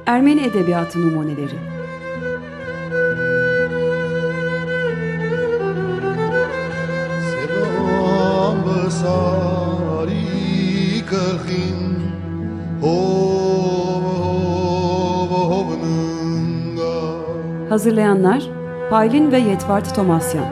Ermeni Edebiyatı Numuneleri. Hazırlayanlar Paylin ve Yetvart Tomasyan.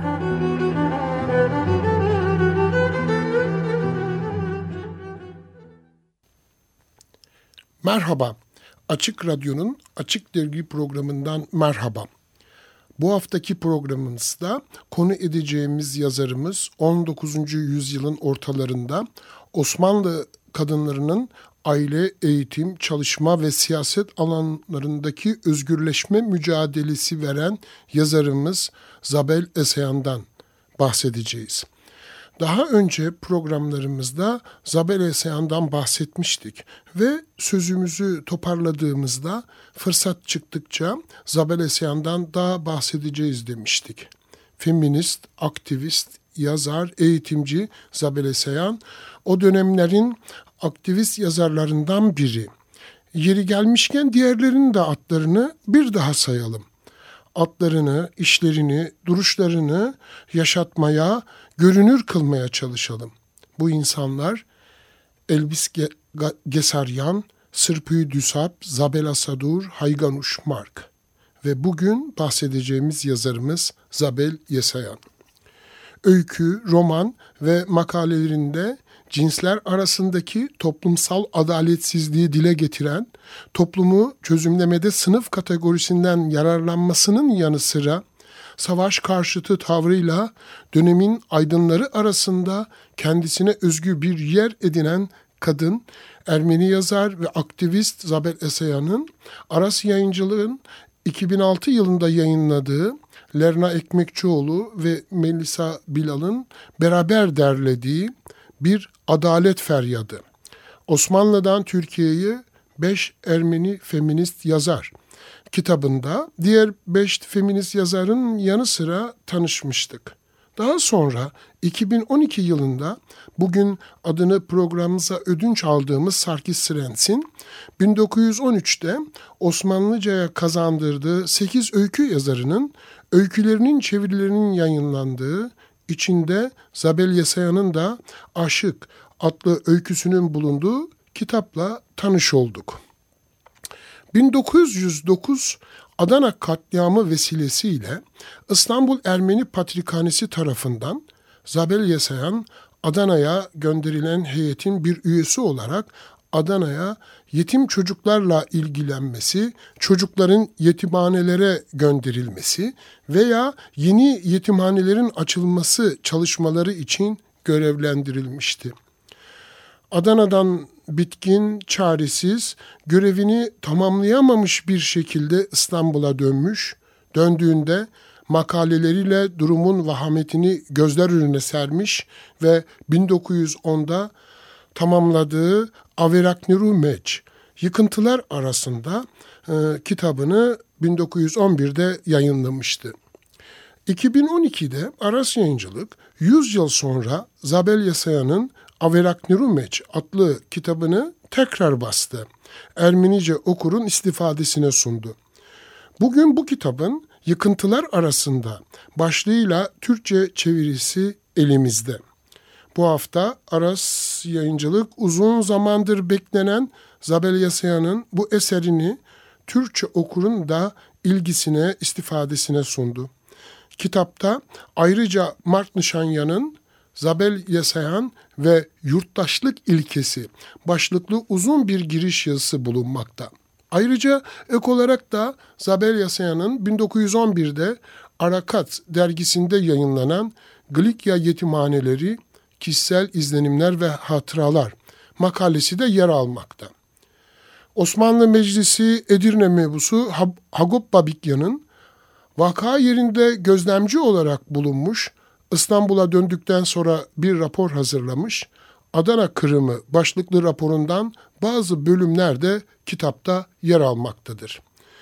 Merhaba, Açık Radyo'nun Açık Dergi programından merhaba. Bu haftaki programımızda konu edeceğimiz yazarımız 19. yüzyılın ortalarında Osmanlı kadınlarının aile, eğitim, çalışma ve siyaset alanlarındaki özgürleşme mücadelesi veren yazarımız Zabel Esayan'dan bahsedeceğiz. Daha önce programlarımızda Zabel Esayan'dan bahsetmiştik ve sözümüzü toparladığımızda fırsat çıktıkça Zabel Esayan'dan daha bahsedeceğiz demiştik. Feminist, aktivist, yazar, eğitimci Zabel Esayan o dönemlerin aktivist yazarlarından biri. Yeri gelmişken diğerlerinin de adlarını bir daha sayalım. Adlarını, işlerini, duruşlarını yaşatmaya, görünür kılmaya çalışalım. Bu insanlar Elvis Gesaryan, Sırpı Düsap, Zabel Asadur, Hayganuş Mark ve bugün bahsedeceğimiz yazarımız Zabel Esayan. Öykü, roman ve makalelerinde cinsler arasındaki toplumsal adaletsizliği dile getiren, toplumu çözümlemede sınıf kategorisinden yararlanmasının yanı sıra savaş karşıtı tavrıyla dönemin aydınları arasında kendisine özgü bir yer edinen kadın, Ermeni yazar ve aktivist Zabel Esayan'ın Aras Yayıncılığın 2006 yılında yayınladığı Lerna Ekmekçioğlu ve Melisa Bilal'ın beraber derlediği bir adalet feryadı. Osmanlı'dan Türkiye'yi 5 Ermeni feminist yazar kitabında diğer 5 feminist yazarın yanı sıra tanışmıştık. Daha sonra 2012 yılında bugün adını programımıza ödünç aldığımız Sarkis Srens'in 1913'te Osmanlıca'ya kazandırdığı 8 öykü yazarının öykülerinin çevirilerinin yayınlandığı, içinde Zabel Esayan'ın da Aşık adlı öyküsünün bulunduğu kitapla tanış olduk. 1909 Adana katliamı vesilesiyle İstanbul Ermeni Patrikhanesi tarafından Zabel Esayan Adana'ya gönderilen heyetin bir üyesi olarak Adana'ya yetim çocuklarla ilgilenmesi, çocukların yetimhanelere gönderilmesi veya yeni yetimhanelerin açılması çalışmaları için görevlendirilmişti. Adana'dan bitkin, çaresiz, görevini tamamlayamamış bir şekilde İstanbul'a dönmüş, döndüğünde makaleleriyle durumun vahametini gözler önüne sermiş ve 1910'da tamamladığı Averakniru Meç, Yıkıntılar Arasında kitabını 1911'de yayınlamıştı. 2012'de Aras Yayıncılık 100 yıl sonra Zabel Esayan'ın Averakniru Meç adlı kitabını tekrar bastı. Ermenice okurun istifadesine sundu. Bugün bu kitabın Yıkıntılar Arasında başlığıyla Türkçe çevirisi elimizde. Bu hafta Aras Yayıncılık uzun zamandır beklenen Zabel Esayan'ın bu eserini Türkçe okurun da ilgisine, istifadesine sundu. Kitapta ayrıca Mark Nişanyan'ın Zabel Esayan ve Yurttaşlık İlkesi başlıklı uzun bir giriş yazısı bulunmakta. Ayrıca ek olarak da Zabel Esayan'ın 1911'de Arakat dergisinde yayınlanan Glikya Yetimhaneleri, Kişisel İzlenimler ve Hatıralar makalesi de yer almakta. Osmanlı Meclisi Edirne mebusu Hagop Babikyan'ın vaka yerinde gözlemci olarak bulunmuş, İstanbul'a döndükten sonra bir rapor hazırlamış, Adana Kırımı başlıklı raporundan bazı bölümler de kitapta yer almaktadır.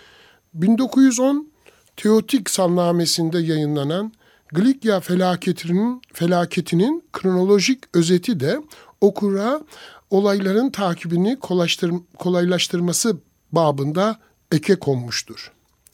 1910 Teotik Salnamesi'nde yayınlanan Glikya felaketinin kronolojik özeti de okura olayların takibini kolaylaştırması babında eke konmuştur.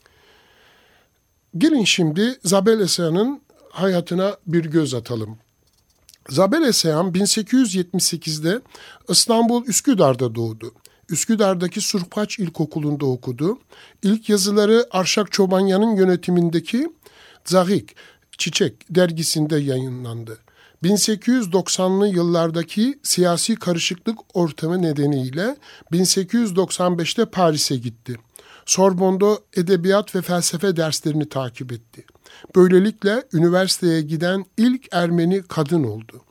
Gelin şimdi Zabel Esayan'ın hayatına bir göz atalım. Zabel Esayan 1878'de İstanbul Üsküdar'da doğdu. Üsküdar'daki Surpaç İlkokulu'nda okudu. İlk yazıları Arşak Çobanyan'ın yönetimindeki Zahik, Çiçek dergisinde yayınlandı. 1890'lı yıllardaki siyasi karışıklık ortamı nedeniyle 1895'te Paris'e gitti. Sorbonne'da edebiyat ve felsefe derslerini takip etti. Böylelikle üniversiteye giden ilk Ermeni kadın oldu.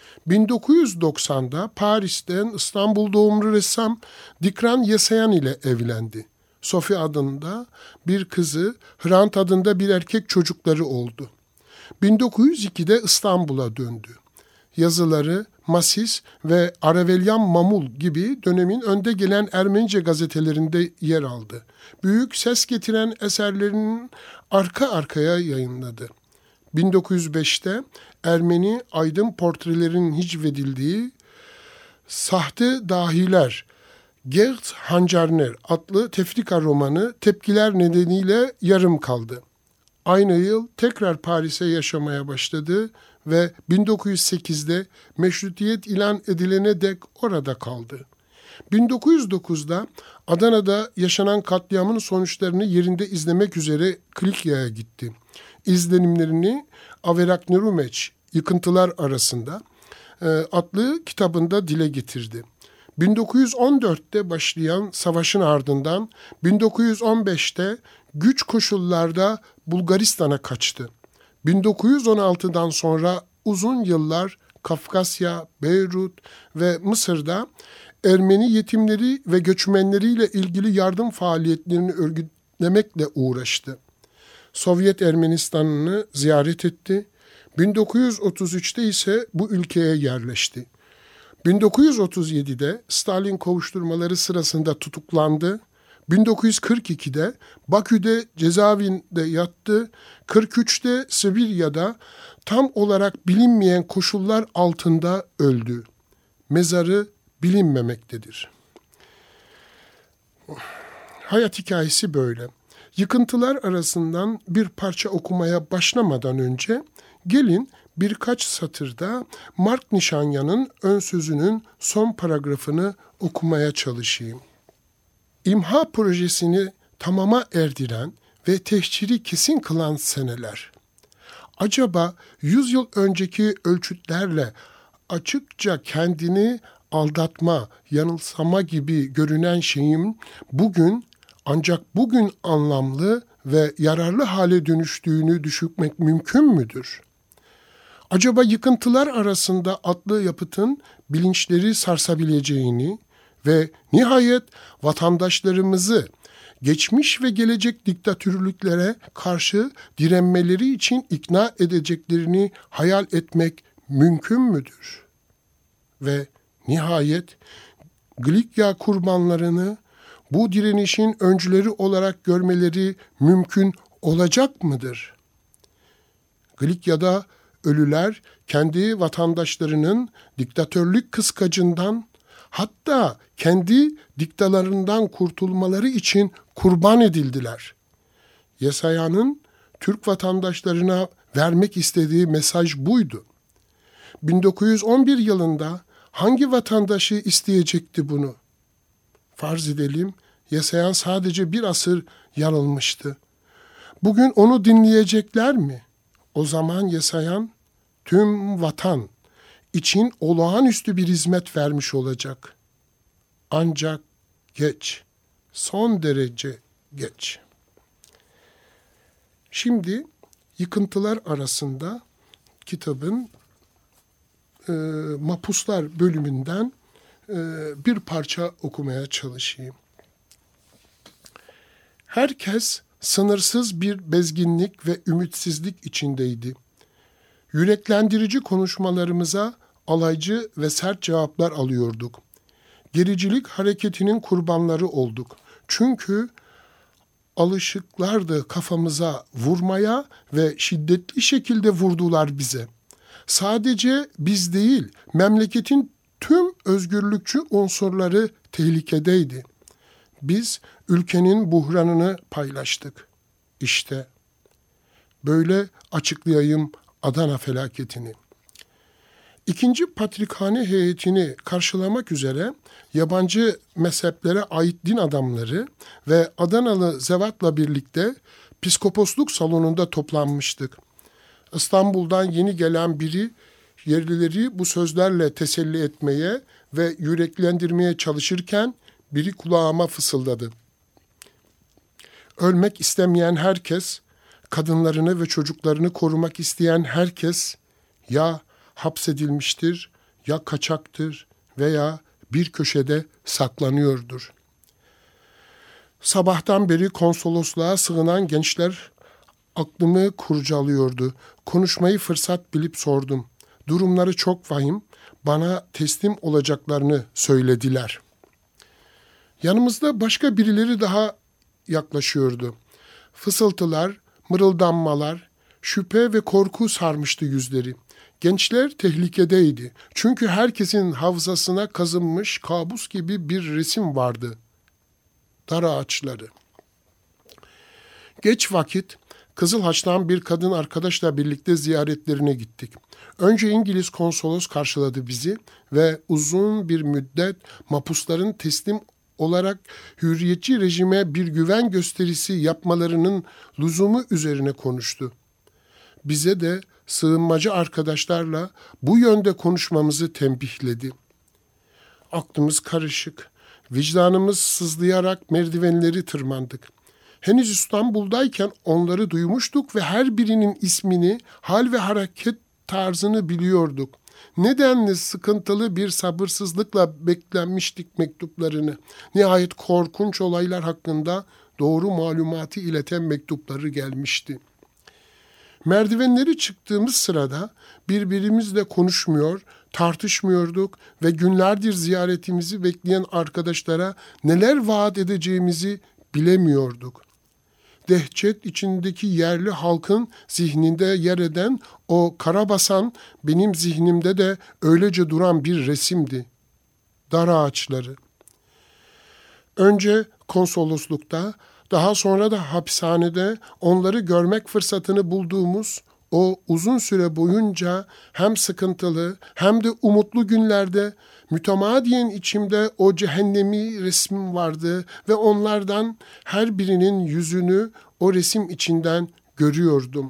1990'da Paris'ten İstanbul doğumlu ressam Dikran Yesayan ile evlendi. Sophie adında bir kızı, Hrant adında bir erkek çocukları oldu. 1902'de İstanbul'a döndü. Yazıları Masis ve Aravelyan Mamul gibi dönemin önde gelen Ermenice gazetelerinde yer aldı. Büyük ses getiren eserlerinin arka arkaya yayınladı. 1905'te Ermeni aydın portrelerinin hicvedildiği Sahte Dahiler, Gert Hancarner adlı tefrika romanı tepkiler nedeniyle yarım kaldı. Aynı yıl tekrar Paris'e yaşamaya başladı ve 1908'de meşrutiyet ilan edilene dek orada kaldı. 1909'da Adana'da yaşanan katliamın sonuçlarını yerinde izlemek üzere Kilikya'ya gitti. İzlenimlerini Averak Nerumeç, Yıkıntılar Arasında adlı kitabında dile getirdi. 1914'te başlayan savaşın ardından 1915'te güç koşullarda Bulgaristan'a kaçtı. 1916'dan sonra uzun yıllar Kafkasya, Beyrut ve Mısır'da Ermeni yetimleri ve göçmenleriyle ilgili yardım faaliyetlerini örgütlemekle uğraştı. Sovyet Ermenistan'ını ziyaret etti. 1933'te ise bu ülkeye yerleşti. 1937'de Stalin kovuşturmaları sırasında tutuklandı. 1942'de Bakü'de cezaevinde yattı. 43'te Sibirya'da tam olarak bilinmeyen koşullar altında öldü. Mezarı bilinmemektedir. Hayat hikayesi böyle. Yıkıntılar arasından bir parça okumaya başlamadan önce gelin birkaç satırda Mark Nişanyan'ın ön sözünün son paragrafını okumaya çalışayım. İmha projesini tamama erdiren ve tehciri kesin kılan seneler. Acaba 100 yıl önceki ölçütlerle açıkça kendini aldatma, yanılsama gibi görünen şeyin ancak bugün anlamlı ve yararlı hale dönüştüğünü düşünmek mümkün müdür? Acaba Yıkıntılar Arasında adlı yapıtın bilinçleri sarsabileceğini ve nihayet vatandaşlarımızı geçmiş ve gelecek diktatörlüklere karşı direnmeleri için ikna edeceklerini hayal etmek mümkün müdür? Ve nihayet Glikya kurbanlarını bu direnişin öncüleri olarak görmeleri mümkün olacak mıdır? Glikya'da ölüler kendi vatandaşlarının diktatörlük kıskacından, hatta kendi diktalarından kurtulmaları için kurban edildiler. Yesayan'ın Türk vatandaşlarına vermek istediği mesaj buydu. 1911 yılında hangi vatandaşı isteyecekti bunu? Farz edelim, Yesayan sadece bir asır yanılmıştı. Bugün onu dinleyecekler mi? O zaman Yesayan tüm vatan için olağanüstü bir hizmet vermiş olacak. Ancak geç, son derece geç. Şimdi Yıkıntılar Arasında kitabın Mapuslar bölümünden bir parça okumaya çalışayım. Herkes sınırsız bir bezginlik ve ümitsizlik içindeydi. Yüreklendirici konuşmalarımıza alaycı ve sert cevaplar alıyorduk. Gericilik hareketinin kurbanları olduk. Çünkü alışıklardı kafamıza vurmaya ve şiddetli şekilde vurdular bize. Sadece biz değil, memleketin tüm özgürlükçü unsurları tehlikedeydi. Biz ülkenin buhranını paylaştık. İşte böyle açıklayayım Adana felaketini. İkinci Patrikhane heyetini karşılamak üzere yabancı mezheplere ait din adamları ve Adanalı zevatla birlikte Piskoposluk salonunda toplanmıştık. İstanbul'dan yeni gelen biri yerlileri bu sözlerle teselli etmeye ve yüreklendirmeye çalışırken biri kulağıma fısıldadı. Ölmek istemeyen herkes, kadınlarını ve çocuklarını korumak isteyen herkes ya hapsedilmiştir, ya kaçaktır veya bir köşede saklanıyordur. Sabahtan beri konsolosluğa sığınan gençler aklımı kurcalıyordu. Konuşmayı fırsat bilip sordum. Durumları çok vahim, bana teslim olacaklarını söylediler. Yanımızda başka birileri daha yaklaşıyordu. Fısıltılar, mırıldanmalar, şüphe ve korku sarmıştı yüzleri. Gençler tehlikedeydi. Çünkü herkesin hafızasına kazınmış kabus gibi bir resim vardı. Dar ağaçları. Geç vakit Kızılhaç'tan bir kadın arkadaşla birlikte ziyaretlerine gittik. Önce İngiliz konsolos karşıladı bizi ve uzun bir müddet mapusların teslim olarak hürriyetçi rejime bir güven gösterisi yapmalarının lüzumu üzerine konuştu. Bize de sığınmacı arkadaşlarla bu yönde konuşmamızı tembihledi. Aklımız karışık, vicdanımız sızlayarak merdivenleri tırmandık. Henüz İstanbul'dayken onları duymuştuk ve her birinin ismini, hal ve hareket tarzını biliyorduk. Nedenli sıkıntılı bir sabırsızlıkla beklenmiştik mektuplarını. Nihayet korkunç olaylar hakkında doğru malumatı ileten mektupları gelmişti. Merdivenleri çıktığımız sırada birbirimizle konuşmuyor, tartışmıyorduk ve günlerdir ziyaretimizi bekleyen arkadaşlara neler vaat edeceğimizi bilemiyorduk. Dehşet içindeki yerli halkın zihninde yer eden o karabasan benim zihnimde de öylece duran bir resimdi. Dar ağaçları. Önce konsoloslukta, daha sonra da hapishanede onları görmek fırsatını bulduğumuz o uzun süre boyunca hem sıkıntılı hem de umutlu günlerde mütemadiyen içimde o cehennemi resmim vardı ve onlardan her birinin yüzünü o resim içinden görüyordum.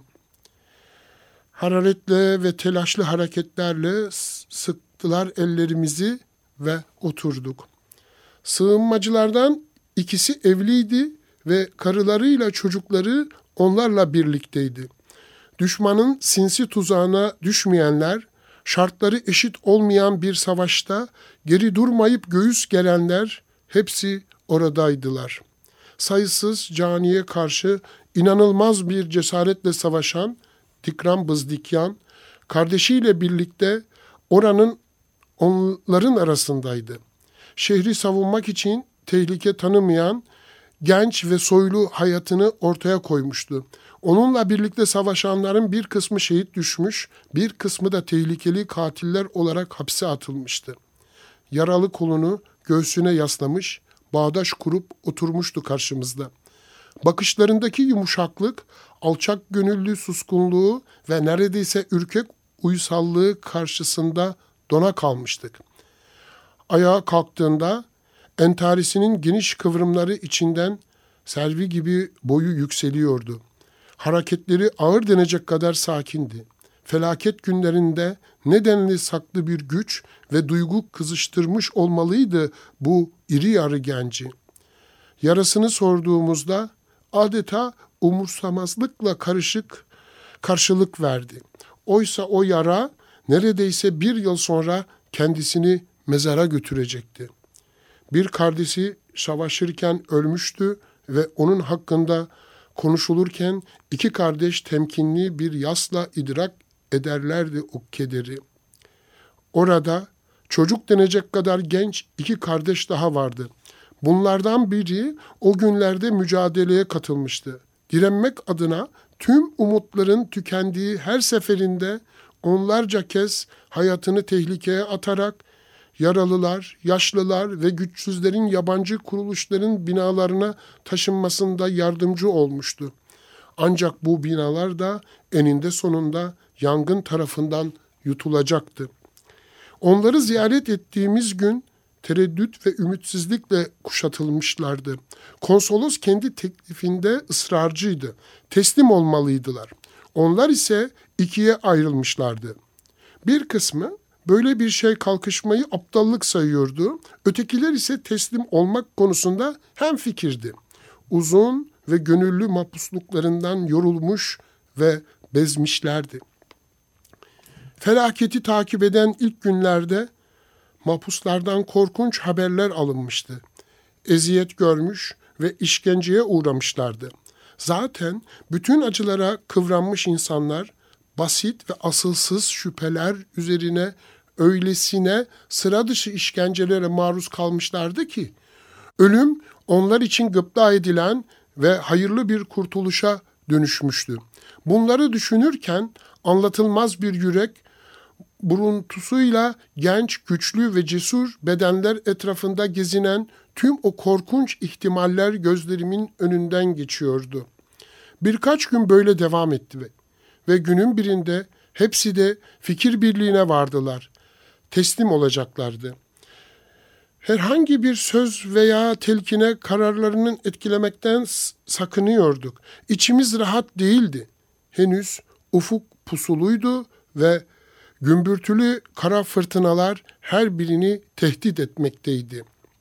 Hararetle ve telaşlı hareketlerle sıktılar ellerimizi ve oturduk. Sığınmacılardan ikisi evliydi ve karılarıyla çocukları onlarla birlikteydi. Düşmanın sinsi tuzağına düşmeyenler, şartları eşit olmayan bir savaşta geri durmayıp göğüs gerenler hepsi oradaydılar. Sayısız caniye karşı inanılmaz bir cesaretle savaşan Dikram Bızdikyan, kardeşiyle birlikte onların arasındaydı. Şehri savunmak için tehlike tanımayan, genç ve soylu hayatını ortaya koymuştu. Onunla birlikte savaşanların bir kısmı şehit düşmüş, bir kısmı da tehlikeli katiller olarak hapse atılmıştı. Yaralı kolunu göğsüne yaslamış, bağdaş kurup oturmuştu karşımızda. Bakışlarındaki yumuşaklık, alçak gönüllü suskunluğu ve neredeyse ürkek uysallığı karşısında dona kalmıştık. Ayağa kalktığında entarisinin geniş kıvrımları içinden selvi gibi boyu yükseliyordu. Hareketleri ağır denecek kadar sakindi. Felaket günlerinde nedenli saklı bir güç ve duygu kızıştırmış olmalıydı bu iri yarı genci. Yarasını sorduğumuzda adeta umursamazlıkla karşılık verdi. Oysa o yara neredeyse 1 yıl sonra kendisini mezara götürecekti. Bir kardeşi savaşırken ölmüştü ve onun hakkında konuşulurken 2 kardeş temkinli bir yasla idrak ederlerdi o kederi. Orada çocuk denecek kadar genç 2 kardeş daha vardı. Bunlardan biri o günlerde mücadeleye katılmıştı. Direnmek adına tüm umutların tükendiği her seferinde onlarca kez hayatını tehlikeye atarak yaralılar, yaşlılar ve güçsüzlerin yabancı kuruluşların binalarına taşınmasında yardımcı olmuştu. Ancak bu binalar da eninde sonunda yangın tarafından yutulacaktı. Onları ziyaret ettiğimiz gün tereddüt ve ümitsizlikle kuşatılmışlardı. Konsolos kendi teklifinde ısrarcıydı. Teslim olmalıydılar. Onlar ise ikiye ayrılmışlardı. Bir kısmı böyle bir şey kalkışmayı aptallık sayıyordu. Ötekiler ise teslim olmak konusunda hemfikirdi. Uzun ve gönüllü mahpusluklarından yorulmuş ve bezmişlerdi. Felaketi takip eden ilk günlerde mahpuslardan korkunç haberler alınmıştı. Eziyet görmüş ve işkenceye uğramışlardı. Zaten bütün acılara kıvranmış insanlar basit ve asılsız şüpheler üzerine öylesine sıra dışı işkencelere maruz kalmışlardı ki ölüm onlar için gıpta edilen ve hayırlı bir kurtuluşa dönüşmüştü. Bunları düşünürken anlatılmaz bir yürek buruntusuyla genç, güçlü ve cesur bedenler etrafında gezinen tüm o korkunç ihtimaller gözlerimin önünden geçiyordu. Birkaç gün böyle devam etti ve günün birinde hepsi de fikir birliğine vardılar. Teslim olacaklardı. Herhangi bir söz veya telkine kararlarının etkilemekten sakınıyorduk. İçimiz rahat değildi. Henüz ufuk pusuluydu ve gümbürtülü kara fırtınalar her birini tehdit etmekteydi.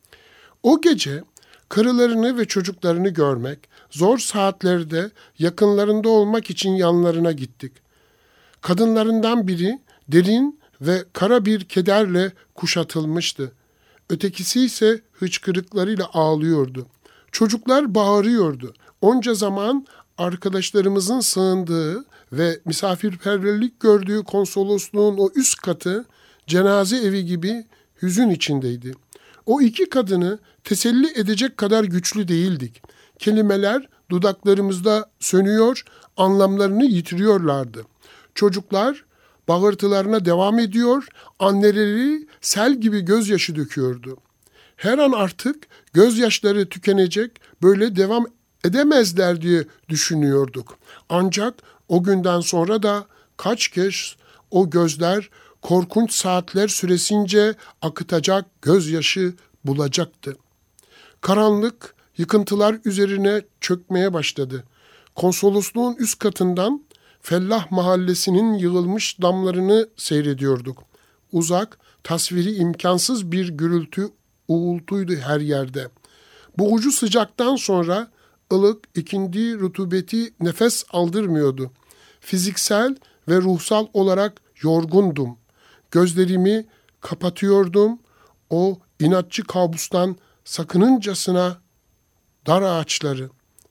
O gece karılarını ve çocuklarını görmek, zor saatlerde yakınlarında olmak için yanlarına gittik. Kadınlarından biri derin ve kara bir kederle kuşatılmıştı. Ötekisi ise hıçkırıklarıyla ağlıyordu. Çocuklar bağırıyordu. Onca zaman arkadaşlarımızın sığındığı ve misafirperverlik gördüğü konsolosluğun o üst katı cenaze evi gibi hüzün içindeydi. O iki kadını teselli edecek kadar güçlü değildik. Kelimeler dudaklarımızda sönüyor, anlamlarını yitiriyorlardı. Çocuklar bağırtılarına devam ediyor, anneleri sel gibi gözyaşı döküyordu. Her an artık gözyaşları tükenecek, böyle devam edemezler diye düşünüyorduk. Ancak o günden sonra da kaç kez o gözler korkunç saatler süresince akıtacak gözyaşı bulacaktı. Karanlık yıkıntılar üzerine çökmeye başladı. Konsolosluğun üst katından Fellah Mahallesi'nin yığılmış damlarını seyrediyorduk. Uzak, tasviri imkansız bir gürültü, uğultuydu her yerde. Boğucu sıcaktan sonra ılık ikindi rutubeti nefes aldırmıyordu. Fiziksel ve ruhsal olarak yorgundum. Gözlerimi kapatıyordum. O inatçı kabustan sakınıncasına dar ağaçları.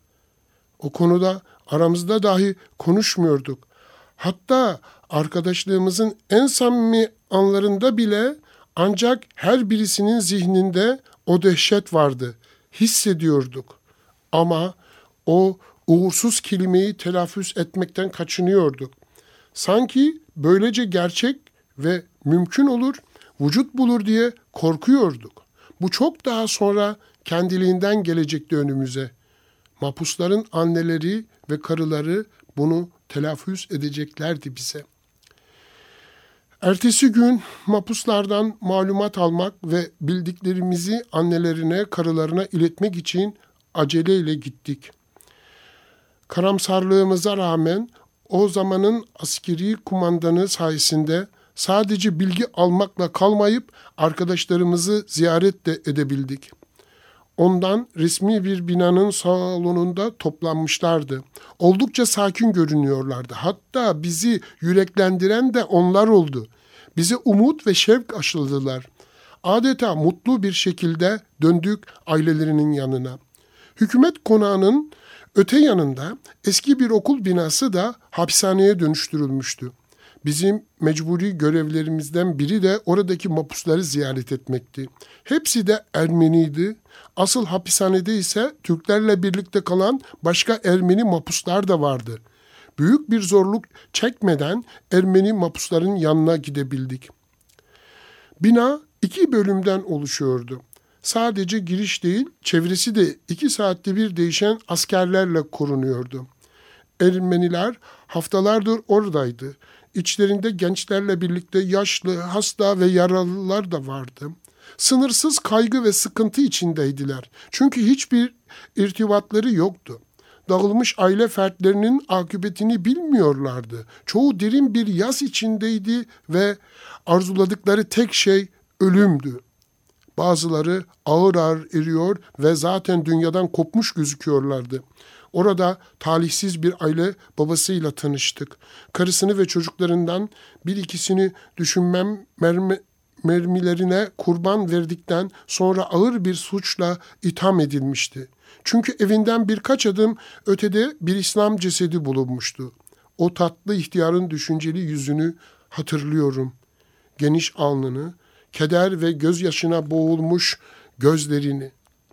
O konuda aramızda dahi konuşmuyorduk. Hatta arkadaşlığımızın en samimi anlarında bile ancak her birisinin zihninde o dehşet vardı. Hissediyorduk. Ama o uğursuz kelimeyi telaffuz etmekten kaçınıyorduk. Sanki böylece gerçek ve mümkün olur, vücut bulur diye korkuyorduk. Bu çok daha sonra kendiliğinden gelecekti önümüze. Mahpusların anneleri ve karıları bunu telaffuz edeceklerdi bize. Ertesi gün mahpuslardan malumat almak ve bildiklerimizi annelerine, karılarına iletmek için aceleyle gittik. Karamsarlığımıza rağmen o zamanın askeri kumandanı sayesinde sadece bilgi almakla kalmayıp arkadaşlarımızı ziyaret de edebildik. Ondan resmi bir binanın salonunda toplanmışlardı. Oldukça sakin görünüyorlardı. Hatta bizi yüreklendiren de onlar oldu. Bize umut ve şevk aşıladılar. Adeta mutlu bir şekilde döndük ailelerinin yanına. Hükümet konağının öte yanında eski bir okul binası da hapishaneye dönüştürülmüştü. Bizim mecburi görevlerimizden biri de oradaki mahpusları ziyaret etmekti. Hepsi de Ermeniydi. Asıl hapishanede ise Türklerle birlikte kalan başka Ermeni mahpuslar da vardı. Büyük bir zorluk çekmeden Ermeni mahpusların yanına gidebildik. Bina 2 bölümden oluşuyordu. Sadece giriş değil, çevresi de 2 saatte bir değişen askerlerle korunuyordu. Ermeniler haftalardır oradaydı. İçlerinde gençlerle birlikte yaşlı, hasta ve yaralılar da vardı. Sınırsız kaygı ve sıkıntı içindeydiler. Çünkü hiçbir irtibatları yoktu. Dağılmış aile fertlerinin akıbetini bilmiyorlardı. Çoğu derin bir yas içindeydi ve arzuladıkları tek şey ölümdü. Bazıları ağır ağır eriyor ve zaten dünyadan kopmuş gözüküyorlardı. Orada talihsiz bir aile babasıyla tanıştık. Karısını ve çocuklarından bir ikisini düşünmem mermilerine kurban verdikten sonra ağır bir suçla itham edilmişti. Çünkü evinden birkaç adım ötede bir İslam cesedi bulunmuştu. O tatlı ihtiyarın düşünceli yüzünü hatırlıyorum. Geniş alnını, keder ve gözyaşına boğulmuş gözlerini.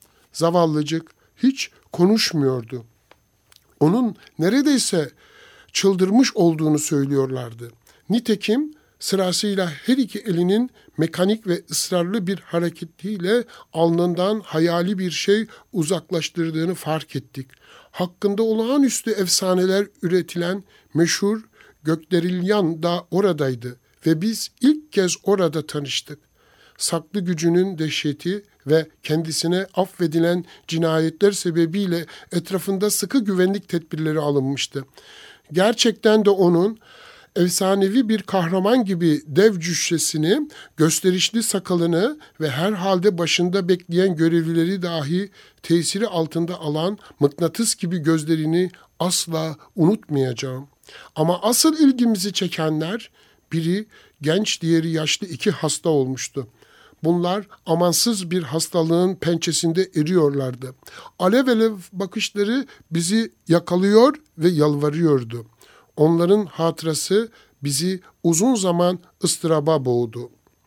Zavallıcık hiç konuşmuyordu. Onun neredeyse çıldırmış olduğunu söylüyorlardı. Nitekim sırasıyla her iki elinin mekanik ve ısrarlı bir hareketiyle alnından hayali bir şey uzaklaştırdığını fark ettik. Hakkında olağanüstü efsaneler üretilen meşhur Gökderilyan da oradaydı ve biz ilk kez orada tanıştık. Saklı gücünün dehşeti ve kendisine affedilen cinayetler sebebiyle etrafında sıkı güvenlik tedbirleri alınmıştı. Gerçekten de onun efsanevi bir kahraman gibi dev cüssesini, gösterişli sakalını ve herhalde başında bekleyen görevlileri dahi tesiri altında alan mıknatıs gibi gözlerini asla unutmayacağım. Ama asıl ilgimizi çekenler, biri genç diğeri yaşlı 2 hasta olmuştu. Bunlar amansız bir hastalığın pençesinde eriyorlardı. Alev alev bakışları bizi yakalıyor ve yalvarıyordu. Onların hatırası bizi uzun zaman ıstıraba boğdu.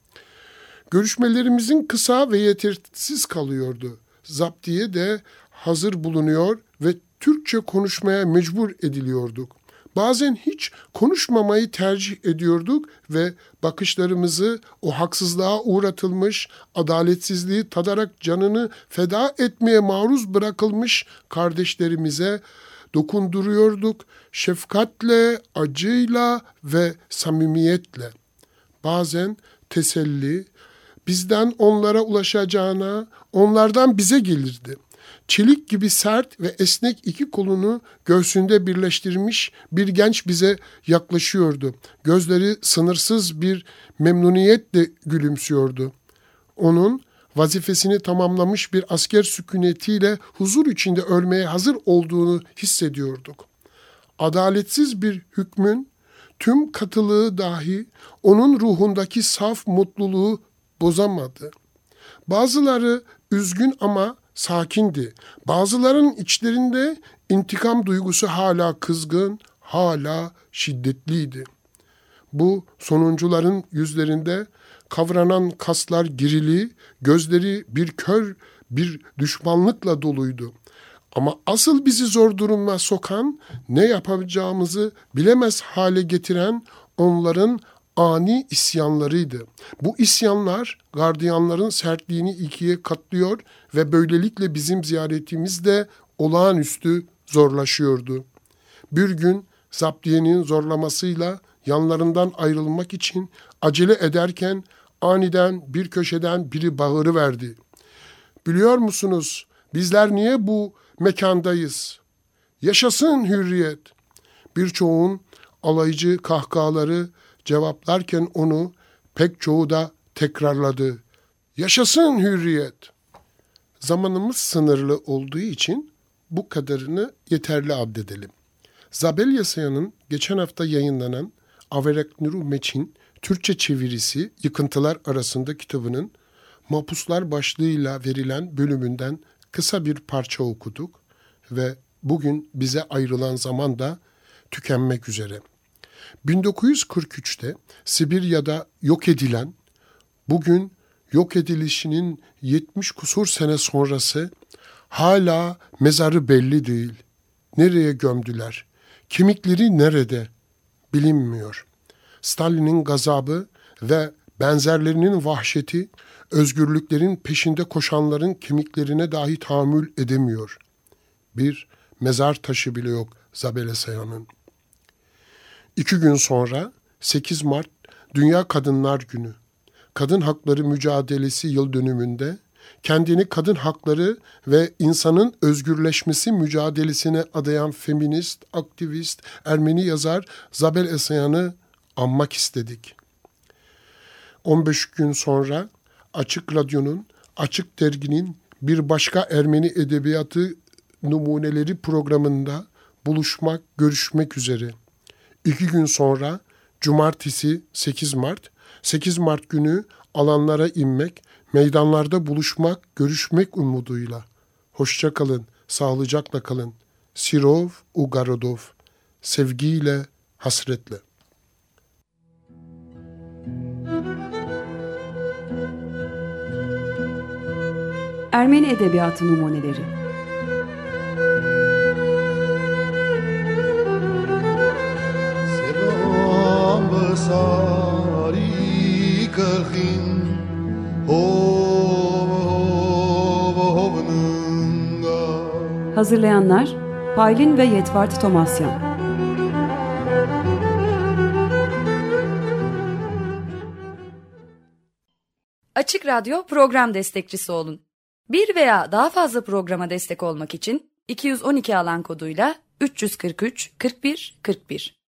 Görüşmelerimizin kısa ve yetersiz kalıyordu. Zaptiye de hazır bulunuyor ve Türkçe konuşmaya mecbur ediliyorduk. Bazen hiç konuşmamayı tercih ediyorduk ve bakışlarımızı o haksızlığa uğratılmış, adaletsizliği tadarak canını feda etmeye maruz bırakılmış kardeşlerimize dokunduruyorduk, şefkatle, acıyla ve samimiyetle. Bazen teselli, bizden onlara ulaşacağına, onlardan bize gelirdi. Çelik gibi sert ve esnek 2 kolunu göğsünde birleştirmiş bir genç bize yaklaşıyordu. Gözleri sınırsız bir memnuniyetle gülümsüyordu. Onun vazifesini tamamlamış bir asker sükunetiyle huzur içinde ölmeye hazır olduğunu hissediyorduk. Adaletsiz bir hükmün tüm katılığı dahi onun ruhundaki saf mutluluğu bozamadı. Bazıları üzgün ama sakindi. Bazılarının içlerinde intikam duygusu hala kızgın, hala şiddetliydi. Bu sonuncuların yüzlerinde kavranan kaslar girili, gözleri bir kör bir düşmanlıkla doluydu. Ama asıl bizi zor duruma sokan, ne yapacağımızı bilemez hale getiren onların ani isyanlarıydı. Bu isyanlar gardiyanların sertliğini 2'ye katlıyor ve böylelikle bizim ziyaretimiz de olağanüstü zorlaşıyordu. Bir gün zaptiyenin zorlamasıyla yanlarından ayrılmak için acele ederken aniden bir köşeden biri bağırıverdi. "Biliyor musunuz bizler niye bu mekandayız? Yaşasın hürriyet!" Birçoğun alaycı kahkahaları cevaplarken onu pek çoğu da tekrarladı. "Yaşasın hürriyet!" Zamanımız sınırlı olduğu için bu kadarını yeterli addedelim. Zabel Yasayan'ın geçen hafta yayınlanan Avereknuru Meç'in Türkçe çevirisi Yıkıntılar Arasında kitabının Mahpuslar başlığıyla verilen bölümünden kısa bir parça okuduk ve bugün bize ayrılan zaman da tükenmek üzere. 1943'te Sibirya'da yok edilen, bugün yok edilişinin 70 kusur sene sonrası hala mezarı belli değil. Nereye gömdüler? Kemikleri nerede? Bilinmiyor. Stalin'in gazabı ve benzerlerinin vahşeti özgürlüklerin peşinde koşanların kemiklerine dahi tahammül edemiyor. Bir mezar taşı bile yok Zabel Esayan'ın. 2 gün sonra 8 Mart Dünya Kadınlar Günü. Kadın hakları mücadelesi yıl dönümünde kendini kadın hakları ve insanın özgürleşmesi mücadelesine adayan feminist, aktivist, Ermeni yazar Zabel Esayan'ı anmak istedik. 15 gün sonra Açık Radyo'nun, Açık Dergi'nin bir başka Ermeni edebiyatı numuneleri programında buluşmak, görüşmek üzere. 2 gün sonra Cumartesi 8 Mart, 8 Mart günü alanlara inmek, meydanlarda buluşmak, görüşmek umuduyla. Hoşça kalın, sağlıcakla kalın. Sirov Ugarodov, sevgiyle, hasretle. Ermeni Edebiyatı Numuneleri. Hazırlayanlar Paylin ve Yetvart Tomasyan. Açık Radyo program destekçisi olun. Bir veya daha fazla programa destek olmak için 212 alan koduyla 343 41 41